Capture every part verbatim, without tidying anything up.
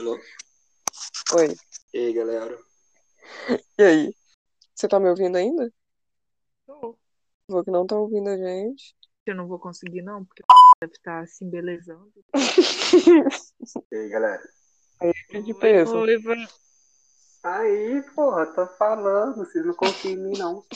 Alô? Oi. E aí, galera? E aí? Você tá me ouvindo ainda? Tô. Vou que não tá ouvindo a gente. Eu não vou conseguir, não, porque deve estar se embelezando. E aí, galera? Aí que de Oi, peso. noiva. Aí, porra, tô falando, vocês não confiam em mim, não.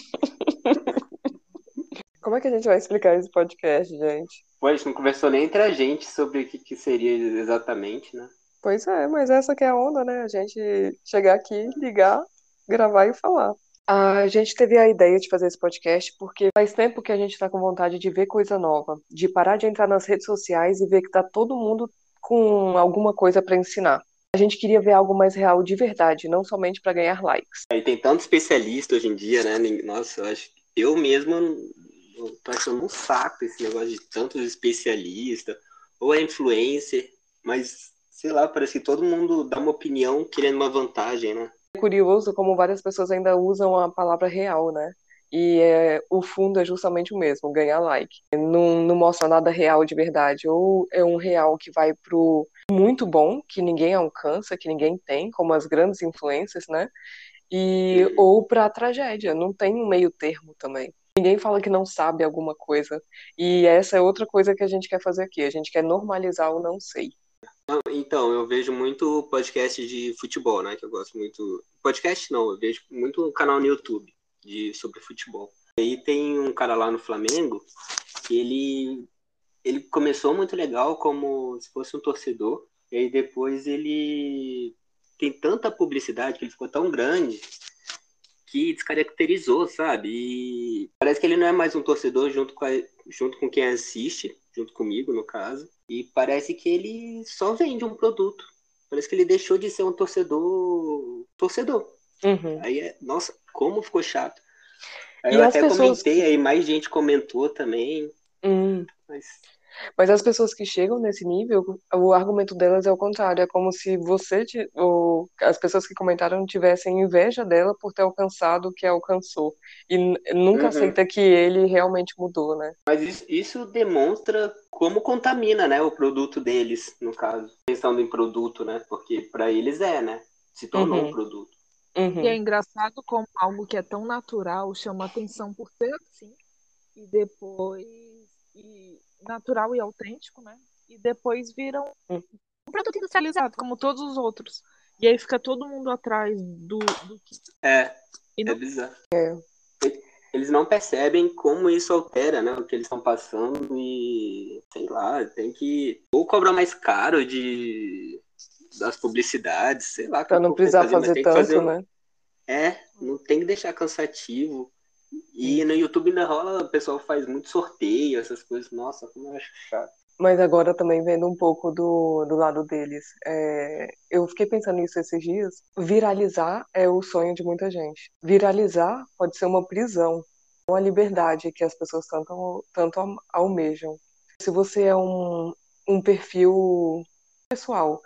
Como é que a gente vai explicar esse podcast, gente? Pô, a gente não conversou nem entre a gente sobre o que, que seria exatamente, né? Pois é, mas essa que é a onda, né? A gente chegar aqui, ligar, gravar e falar. A gente teve a ideia de fazer esse podcast porque faz tempo que a gente tá com vontade de ver coisa nova, de parar de entrar nas redes sociais e ver que tá todo mundo com alguma coisa pra ensinar. A gente queria ver algo mais real de verdade, não somente pra ganhar likes. Aí tem tanto especialista hoje em dia, né? Nin- Nossa, eu acho que eu mesmo eu tô achando um saco esse negócio de tantos especialistas, ou é influencer, mas sei lá, parece que todo mundo dá uma opinião querendo uma vantagem, né? É curioso como várias pessoas ainda usam a palavra real, né? E é, o fundo é justamente o mesmo, ganhar like. Não, não mostra nada real de verdade. Ou é um real que vai pro muito bom, que ninguém alcança, que ninguém tem, como as grandes influências, né? E, Uhum. ou pra tragédia, não tem um meio termo também. Ninguém fala que não sabe alguma coisa. E essa é outra coisa que a gente quer fazer aqui. A gente quer normalizar o não sei. Então, eu vejo muito podcast de futebol, né? Que eu gosto muito. Podcast não, eu vejo muito canal no YouTube de, sobre futebol. Aí tem um cara lá no Flamengo que ele, ele começou muito legal como se fosse um torcedor. E aí depois ele tem tanta publicidade que ele ficou tão grande que descaracterizou, sabe? E parece que ele não é mais um torcedor junto com, a, junto com quem assiste, junto comigo, no caso. E parece que ele só vende um produto. Parece que ele deixou de ser um torcedor. Torcedor. Uhum. Aí é. Nossa, como ficou chato. Aí E eu as até pessoas comentei, que. aí mais gente comentou também. Hum. Mas. Mas as pessoas que chegam nesse nível, o argumento delas é o contrário. É como se você, ti- ou as pessoas que comentaram tivessem inveja dela por ter alcançado o que alcançou. E n- nunca Uhum. aceita que ele realmente mudou, né? Mas isso, isso demonstra como contamina, né, o produto deles, no caso. Pensando em produto, né? Porque para eles é, né? Se tornou um Uhum, produto. E é uhum. engraçado como algo que é tão natural chama atenção por ser assim. E depois. E natural e autêntico, né? E depois vira um Hum. um produto industrializado, como todos os outros. E aí fica todo mundo atrás do, do que. É, E é não bizarro. É. Eles não percebem como isso altera, né? O que eles estão passando e, sei lá, tem que ou cobrar mais caro de das publicidades, sei lá o que Pra o não povo tem que precisar fazer, mas fazer tem que fazer tanto, um... né? É, não tem que deixar cansativo. E no Uhum. YouTube ainda rola, o pessoal faz muito sorteio, essas coisas. Nossa, como eu acho chato. Mas agora também vendo um pouco do, do lado deles. É, eu fiquei pensando nisso esses dias. Viralizar é o sonho de muita gente. Viralizar pode ser uma prisão, uma liberdade que as pessoas tanto, tanto am- almejam. Se você é um, um perfil pessoal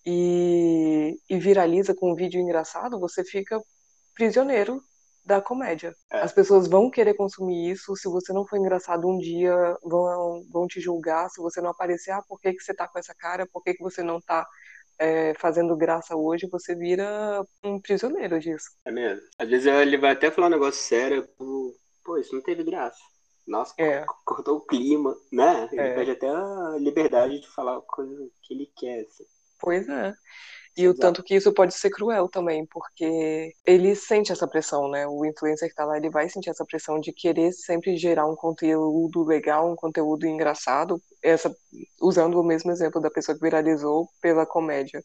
e, e viraliza com um vídeo engraçado, você fica prisioneiro da comédia. As É. pessoas vão querer consumir isso. Se você não for engraçado um dia, vão, vão te julgar. Se você não aparecer, ah, por que, que você tá com essa cara? Por que, que você não tá é, fazendo graça hoje? Você vira um prisioneiro disso. É mesmo. Às vezes ele vai até falar um negócio sério, pô, pô, isso não teve graça. Nossa, co- É, co- cortou o clima, né? Ele é. perde até a liberdade de falar a coisa que ele quer, assim. Pois é. Isso E é o bizarro. tanto que isso pode ser cruel também, porque ele sente essa pressão, né? O influencer que tá lá, ele vai sentir essa pressão de querer sempre gerar um conteúdo legal, um conteúdo engraçado, essa, usando o mesmo exemplo da pessoa que viralizou pela comédia.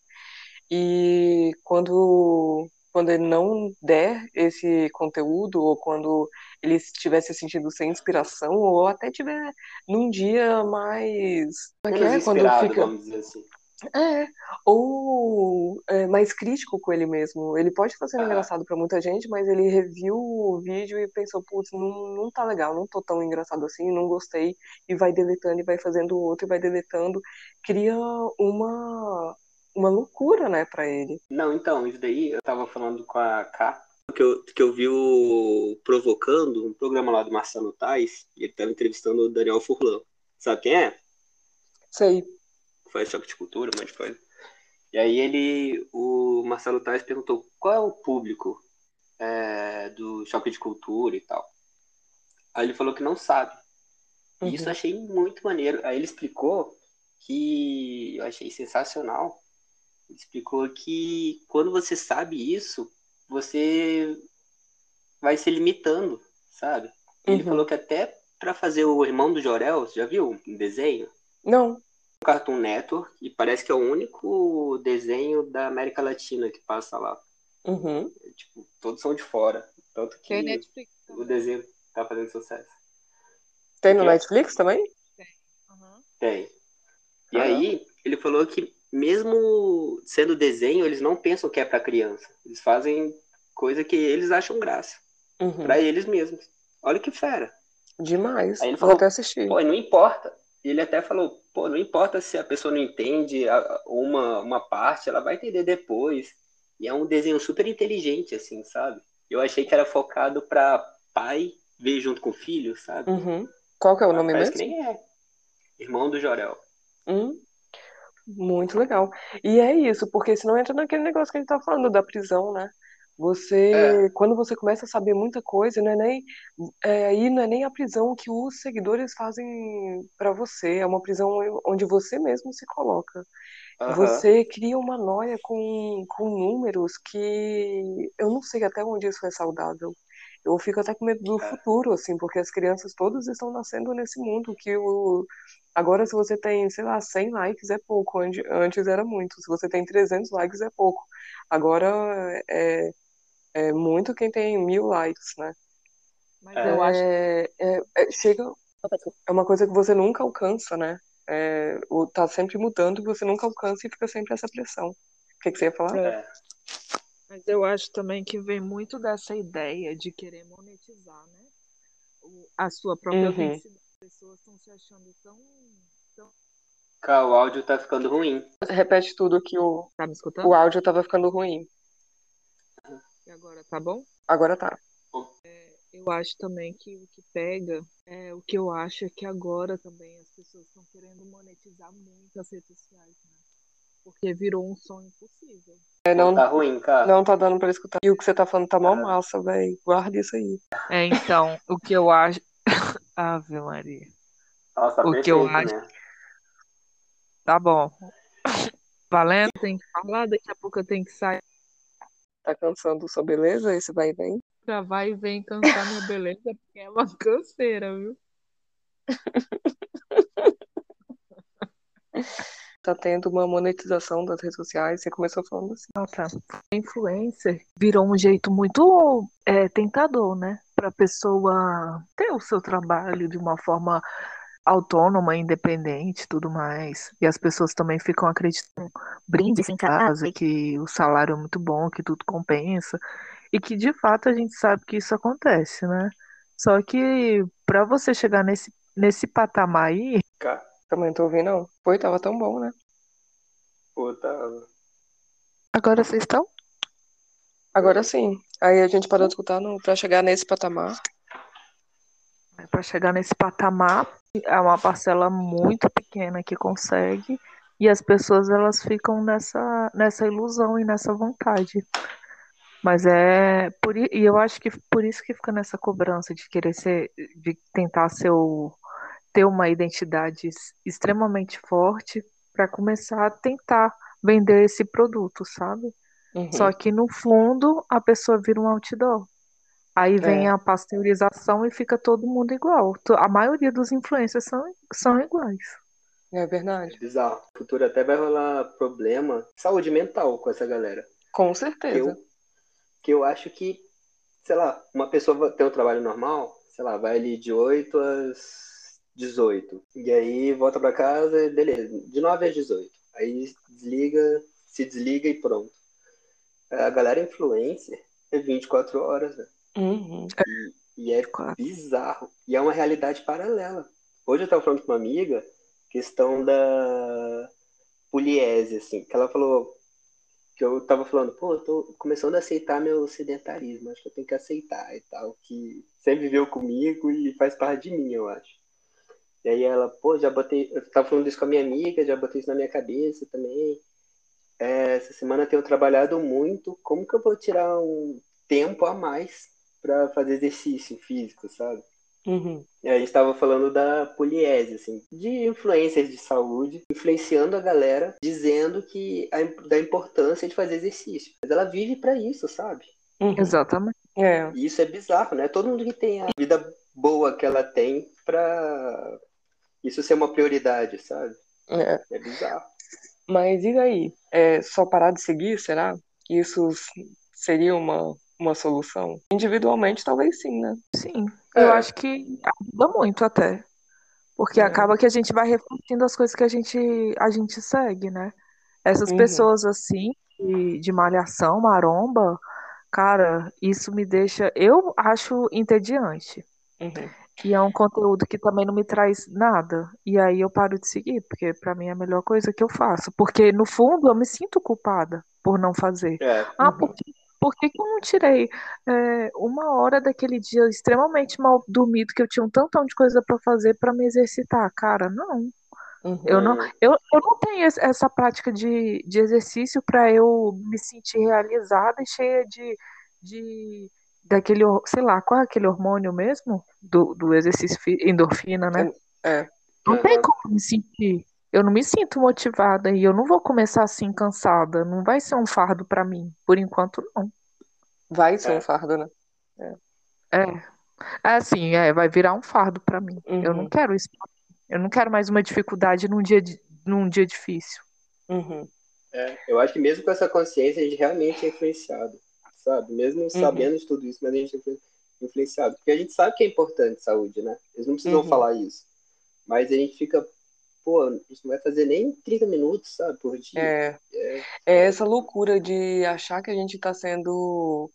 E quando, quando ele não der esse conteúdo, ou quando ele estiver se sentindo sem inspiração, ou até tiver num dia mais. Como é que Menos é? Quando inspirado, fica. vamos dizer assim. É, ou é, mais crítico com ele mesmo. Ele pode estar sendo Aham. engraçado pra muita gente, mas ele reviu o vídeo e pensou, putz, não, não tá legal, não tô tão engraçado assim, não gostei, e vai deletando e vai fazendo outro e vai deletando. Cria uma, uma loucura, né, pra ele. Não, então, isso daí eu tava falando com a Ká, que eu, que eu vi o Provocando, um programa lá do Marcelo Tais, e ele tava entrevistando o Daniel Furlan. Sabe quem é? Sei. Faz choque de cultura, um monte de coisa. E aí ele, o Marcelo Tais perguntou qual é o público é, do Choque de Cultura e tal. Aí ele falou que não sabe. E isso eu Uhum. achei muito maneiro. Aí ele explicou que eu achei sensacional. Ele explicou que quando você sabe isso, você vai se limitando, sabe? E ele falou Uhum. que até para fazer o Irmão do Jorel, você já viu um desenho? Não. Cartoon Network, e parece que é o único desenho da América Latina que passa lá. Uhum. Tipo, todos são de fora. Tanto Tem que Netflix o também. desenho tá fazendo sucesso. Tem O no quê? Netflix também? Tem. Uhum. Tem. E Caramba. aí, ele falou que mesmo sendo desenho, eles não pensam que é para criança. Eles fazem coisa que eles acham graça. Para Uhum. eles mesmos. Olha que fera. Demais. Aí ele Vou até falou, assistir. pô, não importa. E ele até falou, pô, não importa se a pessoa não entende a- uma, uma parte, ela vai entender depois. E é um desenho super inteligente, assim, sabe? Eu achei que era focado para pai ver junto com o filho, sabe? Uhum. Qual que é o Mas nome parece que mesmo? nem é. Irmão do Jorel. Hum, muito legal. E é isso, porque senão entra naquele negócio que a gente tá falando da prisão, né? É, Você, quando você começa a saber muita coisa, não é nem, é, aí não é nem a prisão que os seguidores fazem para você, é uma prisão onde você mesmo se coloca. aham, Você cria uma noia com, com números que eu não sei até onde isso é saudável. Eu fico até com medo do é, futuro, assim, porque as crianças todas estão nascendo nesse mundo que o agora se você tem, sei lá, cem likes é pouco, antes antes era muito. Se você tem trezentos likes é pouco. Agora é, é muito quem tem mil likes, né? Mas eu é. acho. É, é, é- chega, é uma coisa que você nunca alcança, né? É, o- tá sempre mudando e você nunca alcança e fica sempre essa pressão. O que que você ia falar? É, É, mas eu acho também que vem muito dessa ideia de querer monetizar, né? O- a sua própria Uhum. autenticidade. As pessoas estão se achando tão, tão. cara, o áudio tá ficando ruim. Repete tudo que o, Tá me o escutando? áudio tava ficando ruim. E agora, tá bom? Agora tá. Eu acho também que o que pega, é, o que eu acho é que agora também as pessoas estão querendo monetizar muito as redes sociais, né? Porque virou um sonho impossível. É, Pô, não, tá ruim, cara. não tá dando pra escutar. E o que você tá falando tá mó Aham. massa, velho. Guarda isso aí. É, então, o que eu acho. Ave Maria. Nossa, tá O que eu perfeito acho. mesmo. Tá bom. Valendo, tem que falar, daqui a pouco eu tenho que sair. Tá cansando sua beleza? Esse vai e vem. Já vai e vem cansar minha beleza, porque é uma canseira, viu? Tá tendo uma monetização das redes sociais. Você começou falando assim. Nossa, influencer virou um jeito muito é, tentador, né? Pra pessoa ter o seu trabalho de uma forma autônoma, independente e tudo mais. E as pessoas também ficam acreditando brindes em casa, que o salário é muito bom, que tudo compensa. E que de fato a gente sabe que isso acontece, né? Só que para você chegar nesse, nesse patamar aí, Cara, Também não tô ouvindo, não. Foi, tava tão bom, né? pô, tá. agora vocês estão? Agora sim. Aí a gente parou de escutar no, pra chegar nesse patamar. Para chegar nesse patamar, é uma parcela muito pequena que consegue, e as pessoas elas ficam nessa, nessa ilusão e nessa vontade. Mas é por, i- e eu acho que por isso que fica nessa cobrança de querer ser, de tentar ser o, ter uma identidade es- extremamente forte para começar a tentar vender esse produto, sabe? Só Uhum. que no fundo a pessoa vira um outdoor. Aí vem É, a pasteurização e fica todo mundo igual. To- A maioria dos influencers são, são iguais. é É verdade. bizarro. No futuro até vai rolar problema, saúde mental com essa galera. Com Que certeza. eu, que eu acho que, sei lá, uma pessoa vai ter um trabalho normal, sei lá, vai ali de oito às dezoito. E aí volta pra casa, beleza, de nove às dezoito. Aí desliga, se desliga e pronto. A galera influencer é vinte e quatro horas, né? Uhum. E, e é Claro. bizarro. E é uma realidade paralela. Hoje eu tava falando com uma amiga, questão da poliese, assim, que ela falou, que eu tava falando, pô, eu tô começando a aceitar meu sedentarismo, acho que eu tenho que aceitar e tal, que sempre viveu comigo e faz parte de mim, eu acho. E aí ela, pô, já botei, eu tava falando isso com a minha amiga, já botei isso na minha cabeça também. é, essa semana eu tenho trabalhado muito, como que eu vou tirar um tempo a mais para fazer exercício físico, sabe? Uhum. E a gente estava falando da poliese, assim, de influências de saúde, influenciando a galera, dizendo que a, da importância de fazer exercício. Mas ela vive para isso, sabe? Uhum. Exatamente. É, E isso é bizarro, né? Todo mundo que tem a vida boa que ela tem pra isso ser uma prioridade, sabe? é. É bizarro. Mas e daí? É só parar de seguir, será? Isso s- seria uma, uma solução? Individualmente, talvez sim, né? Sim, eu É, acho que ajuda muito até. Porque É. acaba que a gente vai refletindo as coisas que a gente, a gente segue, né? Essas Uhum. pessoas assim, de, de malhação, maromba, cara, isso me deixa. Eu acho entediante. Uhum. E é um conteúdo que também não me traz nada. E aí eu paro de seguir, porque pra mim é a melhor coisa que eu faço. Porque no fundo eu me sinto culpada por não fazer. é, Ah, por Uhum. que, por que que eu não tirei é, uma hora daquele dia extremamente mal dormido que eu tinha um tantão de coisa pra fazer pra me exercitar? Cara, não. Uhum. Eu não, hum, eu, eu não tenho esse- essa prática de, de exercício para eu me sentir realizada e cheia de, de daquele, hor- sei lá, qual é aquele hormônio mesmo? Do, do exercício, fí- endorfina, né? É. Não tem aham, como me sentir. Eu não me sinto motivada e eu não vou começar assim cansada. Não vai ser um fardo para mim. Por enquanto, não. Vai ser um é, fardo, né? É. É, é assim, é, vai virar um fardo para mim. Eu não Uhum. quero isso. Eu não quero mais uma dificuldade num dia, de, num dia difícil. Uhum. é. Eu acho que mesmo com essa consciência a gente realmente é influenciado, sabe? Mesmo Uhum. sabendo de tudo isso, mas a gente é influ- influenciado. Porque a gente sabe que é importante saúde, né? Eles não precisam Uhum. falar isso. Mas a gente fica, pô, a gente não vai fazer nem trinta minutos, sabe, por dia. É. É É foda. essa loucura de achar que a gente está sendo.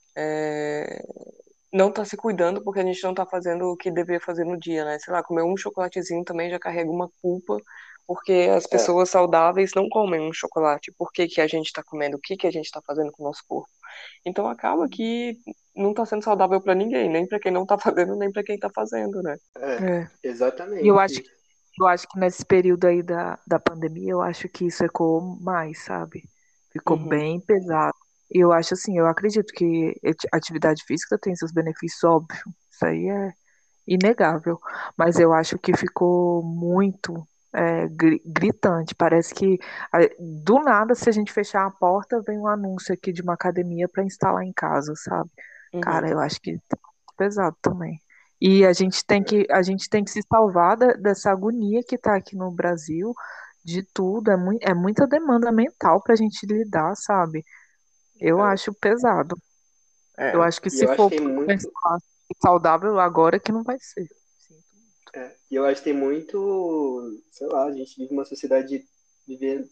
é, não tá se cuidando porque a gente não tá fazendo o que deveria fazer no dia, né? Sei lá, comer um chocolatezinho também já carrega uma culpa, porque as É, pessoas saudáveis não comem um chocolate. Por que que a gente tá comendo? O que que a gente tá fazendo com o nosso corpo? Então acaba que não tá sendo saudável para ninguém, nem para quem não tá fazendo, nem para quem tá fazendo, né? é, É. E eu acho exatamente. que, eu acho que nesse período aí da, da pandemia, eu acho que isso ecoou mais, sabe? Ficou Uhum, bem pesado. E eu acho assim, eu acredito que ati- atividade física tem seus benefícios, óbvio. Isso aí é inegável. Mas eu acho que ficou muito é, gri- gritante. Parece que a- do nada, se a gente fechar a porta, vem um anúncio aqui de uma academia para instalar em casa, sabe? uhum, Cara, eu acho que tá pesado também. E a gente tem que, a gente tem que se salvar da- dessa agonia que está aqui no Brasil, de tudo. É, mui- é muita demanda mental para a gente lidar, sabe? Eu É. acho pesado. Eu é, acho que E se eu acho for que tem pensar muito, saudável agora, que não vai ser. Sinto muito. é, e eu acho que tem muito, sei lá, a gente vive uma sociedade vivendo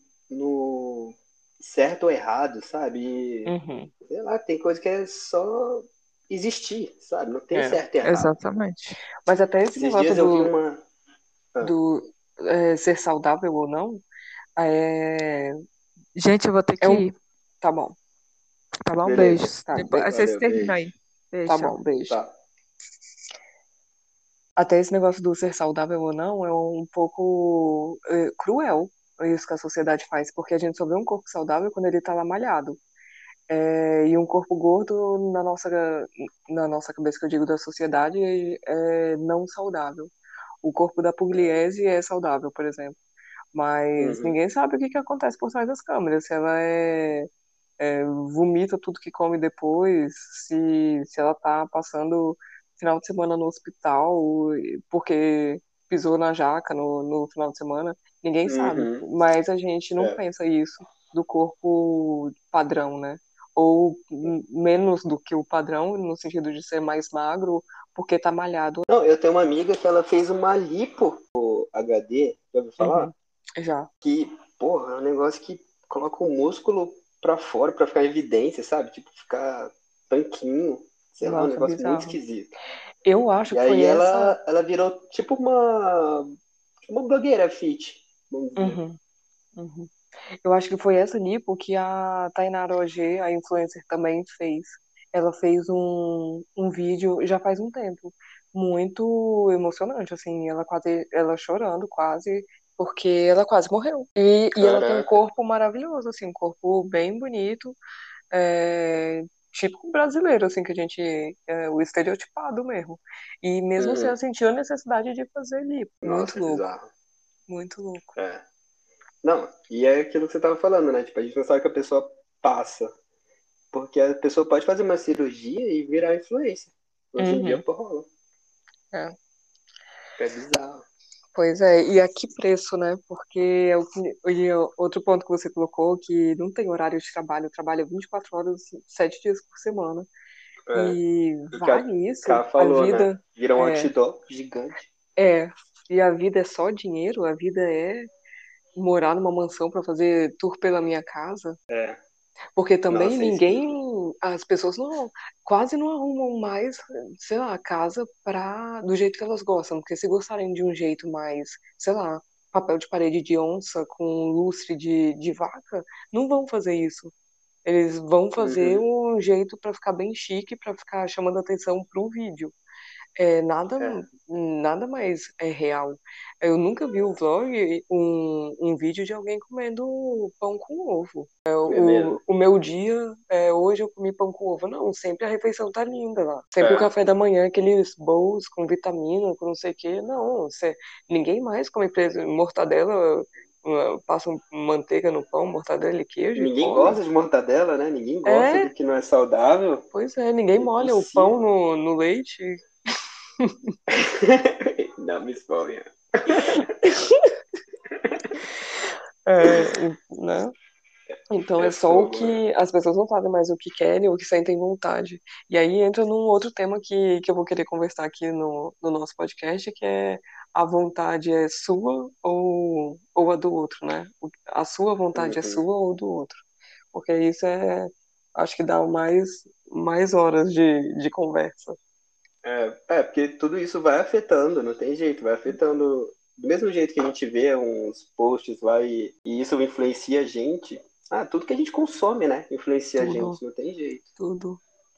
no certo ou errado, sabe? E, uhum, sei lá, tem coisa que é só existir, sabe? Não tem é. certo e errado. Exatamente. Mas até esse Esses negócio dias eu vi do, uma. Ah, do é, ser saudável ou não, é, Gente, eu vou ter é que um. ir. Tá bom, Tá bom? beleza. Beijos. tá, Depois, be- vocês Valeu, terminam beijo. aí. tá Beijo. bom, beijo. Tá. Até esse negócio do ser saudável ou não é um pouco é, cruel isso que a sociedade faz, porque a gente só vê um corpo saudável quando ele tá lá malhado. É, e um corpo gordo na nossa, na nossa cabeça, que eu digo da sociedade, é não saudável. O corpo da É. Pugliese é saudável, por exemplo. Mas Uhum. ninguém sabe o que que acontece por trás das câmeras. Se ela é, é, vomita tudo que come depois, se, se ela tá passando final de semana no hospital porque pisou na jaca no, no final de semana, ninguém sabe. Uhum. Mas a gente não É. pensa isso do corpo padrão, né? Ou m- menos do que o padrão, no sentido de ser mais magro, porque tá malhado. Não, eu tenho uma amiga que ela fez uma lipo H D, já ouviu falar? Uhum, já. Que, porra, é um negócio que coloca o músculo pra fora pra ficar em evidência, sabe? Tipo, ficar tanquinho, sei lá, um Nossa, negócio muito bizarro. esquisito. Eu acho E que foi aí essa. ela, ela virou tipo uma, uma blogueira fit, vamos dizer. Uhum, uhum. Eu acho que foi essa lipo que a Tainara O G, a influencer, também fez. Ela fez um, um vídeo já faz um tempo, muito emocionante, assim, ela quase, ela chorando quase, porque ela quase morreu. E, e ela tem um Caraca. corpo maravilhoso, assim, um corpo bem bonito, é, típico brasileiro, assim, que a gente, é, o estereotipado mesmo. E mesmo assim, ela Uhum. sentiu a necessidade de fazer lipo. Muito Nossa, é louco, bizarro. muito louco. É. Não, e é aquilo que você tava falando, né? Tipo, a gente não sabe o que a pessoa passa. Porque a pessoa pode fazer uma cirurgia e virar influência. Hoje em dia, Uhum, pô, rola. é. É bizarro. Pois é, e a que preço, né? Porque é o que- e o- outro ponto que você colocou, que não tem horário de trabalho, trabalha vinte e quatro horas, sete dias por semana. É. E E que a vale isso? Ká A falou, né? vida Vira um é, outdoor gigante. é, e a vida é só dinheiro? A vida é morar numa mansão para fazer tour pela minha casa? É. Porque também Nossa, é isso ninguém, que. as pessoas não, quase não arrumam mais, sei lá, a casa pra, do jeito que elas gostam. Porque se gostarem de um jeito mais, sei lá, papel de parede de onça com lustre de, de vaca, não vão fazer isso. Eles vão fazer Uhum. um jeito para ficar bem chique, para ficar chamando atenção pro vídeo. É, nada, É. nada mais é real. Eu nunca vi um vlog, um, um vídeo de alguém comendo pão com ovo. É, É mesmo. o, o meu dia, é, hoje eu comi pão com ovo. Não, sempre a refeição tá linda lá. Sempre o É. café da manhã, aqueles bowls com vitamina, com não sei o quê. Não, você, ninguém mais come preso, mortadela, uh, passa manteiga no pão, mortadela e queijo e Ninguém come. gosta de mortadela, né? Ninguém gosta É, do que não é saudável. pois é, ninguém É molha o pão impossível. no, no leite. Não me exponha. É, né? Então É é só o fogo, né? que as pessoas não fazem mais o que querem ou o que sentem vontade. E aí entra num outro tema que, que eu vou querer conversar aqui no, no nosso podcast, que é a vontade é sua ou, ou a do outro, né? O- A sua vontade é Uhum. sua ou do outro. Porque isso é, acho que dá mais, mais horas de, de conversa. É, é, porque tudo isso vai afetando, não tem jeito, vai afetando. Do mesmo jeito que a gente vê uns posts lá e, e isso influencia a gente. Ah, tudo que a gente consome, né? Influencia a Tudo, gente, não tem jeito. tudo.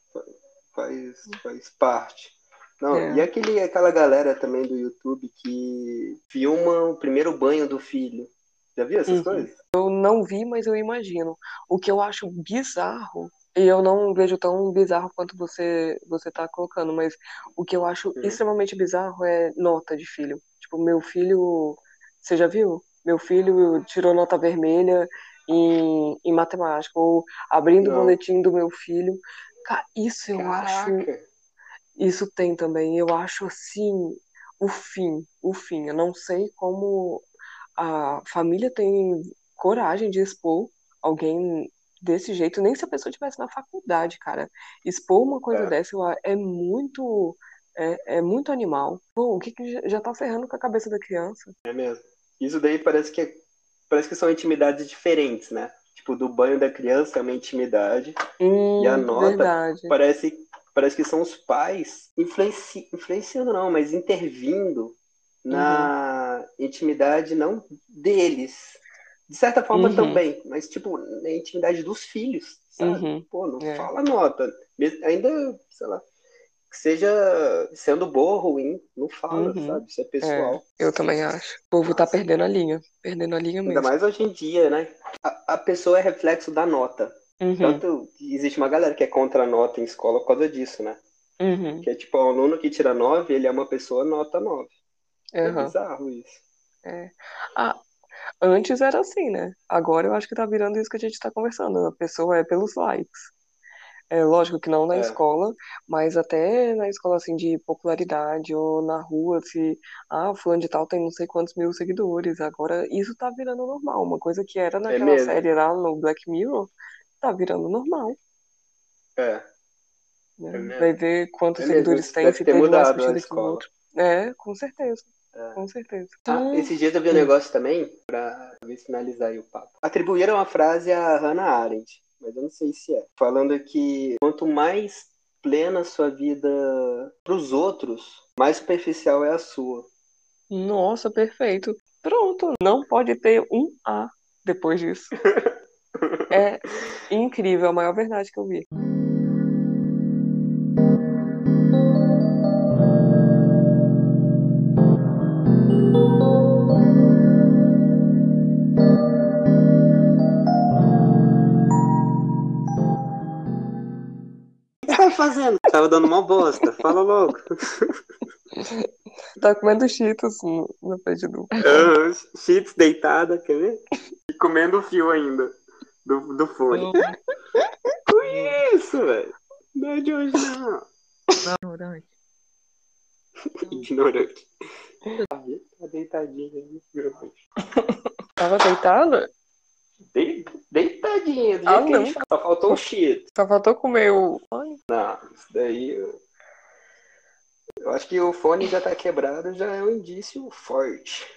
Faz, faz parte. Não, e É. aquele, aquela galera também do YouTube que filma o primeiro banho do filho. Já viu essas Uhum. coisas? Eu não vi, mas eu imagino. O que eu acho bizarro, e eu não vejo tão bizarro quanto você você tá colocando, mas o que eu acho Uhum. extremamente bizarro é nota de filho. Tipo, meu filho, você já viu? Meu filho tirou nota vermelha em, em matemática, ou abrindo o Não. boletim do meu filho. Cara, isso eu acho, Caraca! isso tem também. Eu acho assim, o fim, o fim. Eu não sei como a família tem coragem de expor alguém desse jeito, nem se a pessoa estivesse na faculdade, cara. Expor uma coisa É, dessa eu a- é muito é, é muito animal. Pô, o que que já já tá ferrando com a cabeça da criança? é mesmo. Isso daí parece que, é- parece que são intimidades diferentes, né? Tipo, do banho da criança é uma intimidade e a Hum, nota verdade. parece, parece que são os pais influenci, influenciando, não, mas intervindo Uhum, na intimidade não deles. De certa forma uhum, também, mas tipo, na intimidade dos filhos, sabe? uhum. Pô, não É, fala nota. Mesmo- Ainda, sei lá, que seja sendo boa ou ruim, não fala, uhum. sabe? Isso é É, pessoal. eu também acho. O povo tá Nossa. perdendo a linha, perdendo a linha Ainda mesmo. mais hoje em dia, né? A, a pessoa é reflexo da nota. Uhum, Tanto que existe uma galera que é contra a nota em escola por causa disso, né? uhum, Que é tipo, o aluno que tira nove, ele é uma pessoa nota nove. É aham, bizarro isso. é. Ah, antes era assim, né? Agora eu acho que tá virando isso que a gente tá conversando. A pessoa é pelos likes. É lógico que não na É, escola, mas até na escola assim de popularidade ou na rua, se ah, fulano de tal tem não sei quantos mil seguidores. Agora isso tá virando normal. Uma coisa que era é naquela mesmo. série lá no Black Mirror, tá virando normal, É, né? é Vai mesmo. ver quantos É mesmo. seguidores Isso tem, deve se ter teve mais mudado a curtida que o escola. outro. É, com certeza. É. Com certeza. Ah, Então, esses dias eu vi um hum, negócio também, pra talvez finalizar aí o papo. Atribuíram a frase a Hannah Arendt, mas eu não sei se é. Falando que quanto mais plena a sua vida pros outros, mais superficial é a sua. nossa, perfeito. Pronto, não pode ter um A depois disso. É incrível, a maior verdade que eu vi. fazendo? Tava dando uma bosta. Fala logo. Tá comendo cheetos no, na frente do... Ah, Cheetos deitada, quer ver? E comendo o fio ainda. Do, do fone. Que isso, velho? Não é de hoje, não. Ignorante. Ignorante. Tá deitadinha ali, ignorante. Tava deitada? De- Deitadinha, do Ah, jeito que a não. gente fala. Só faltou o Cheetos. Só faltou comer o... Não, isso daí... Eu... eu acho que o fone já tá quebrado, já é um indício forte.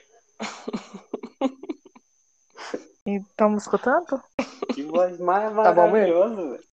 E estamos escutando? Que voz mais Tá bom mesmo? maravilhosa, velho.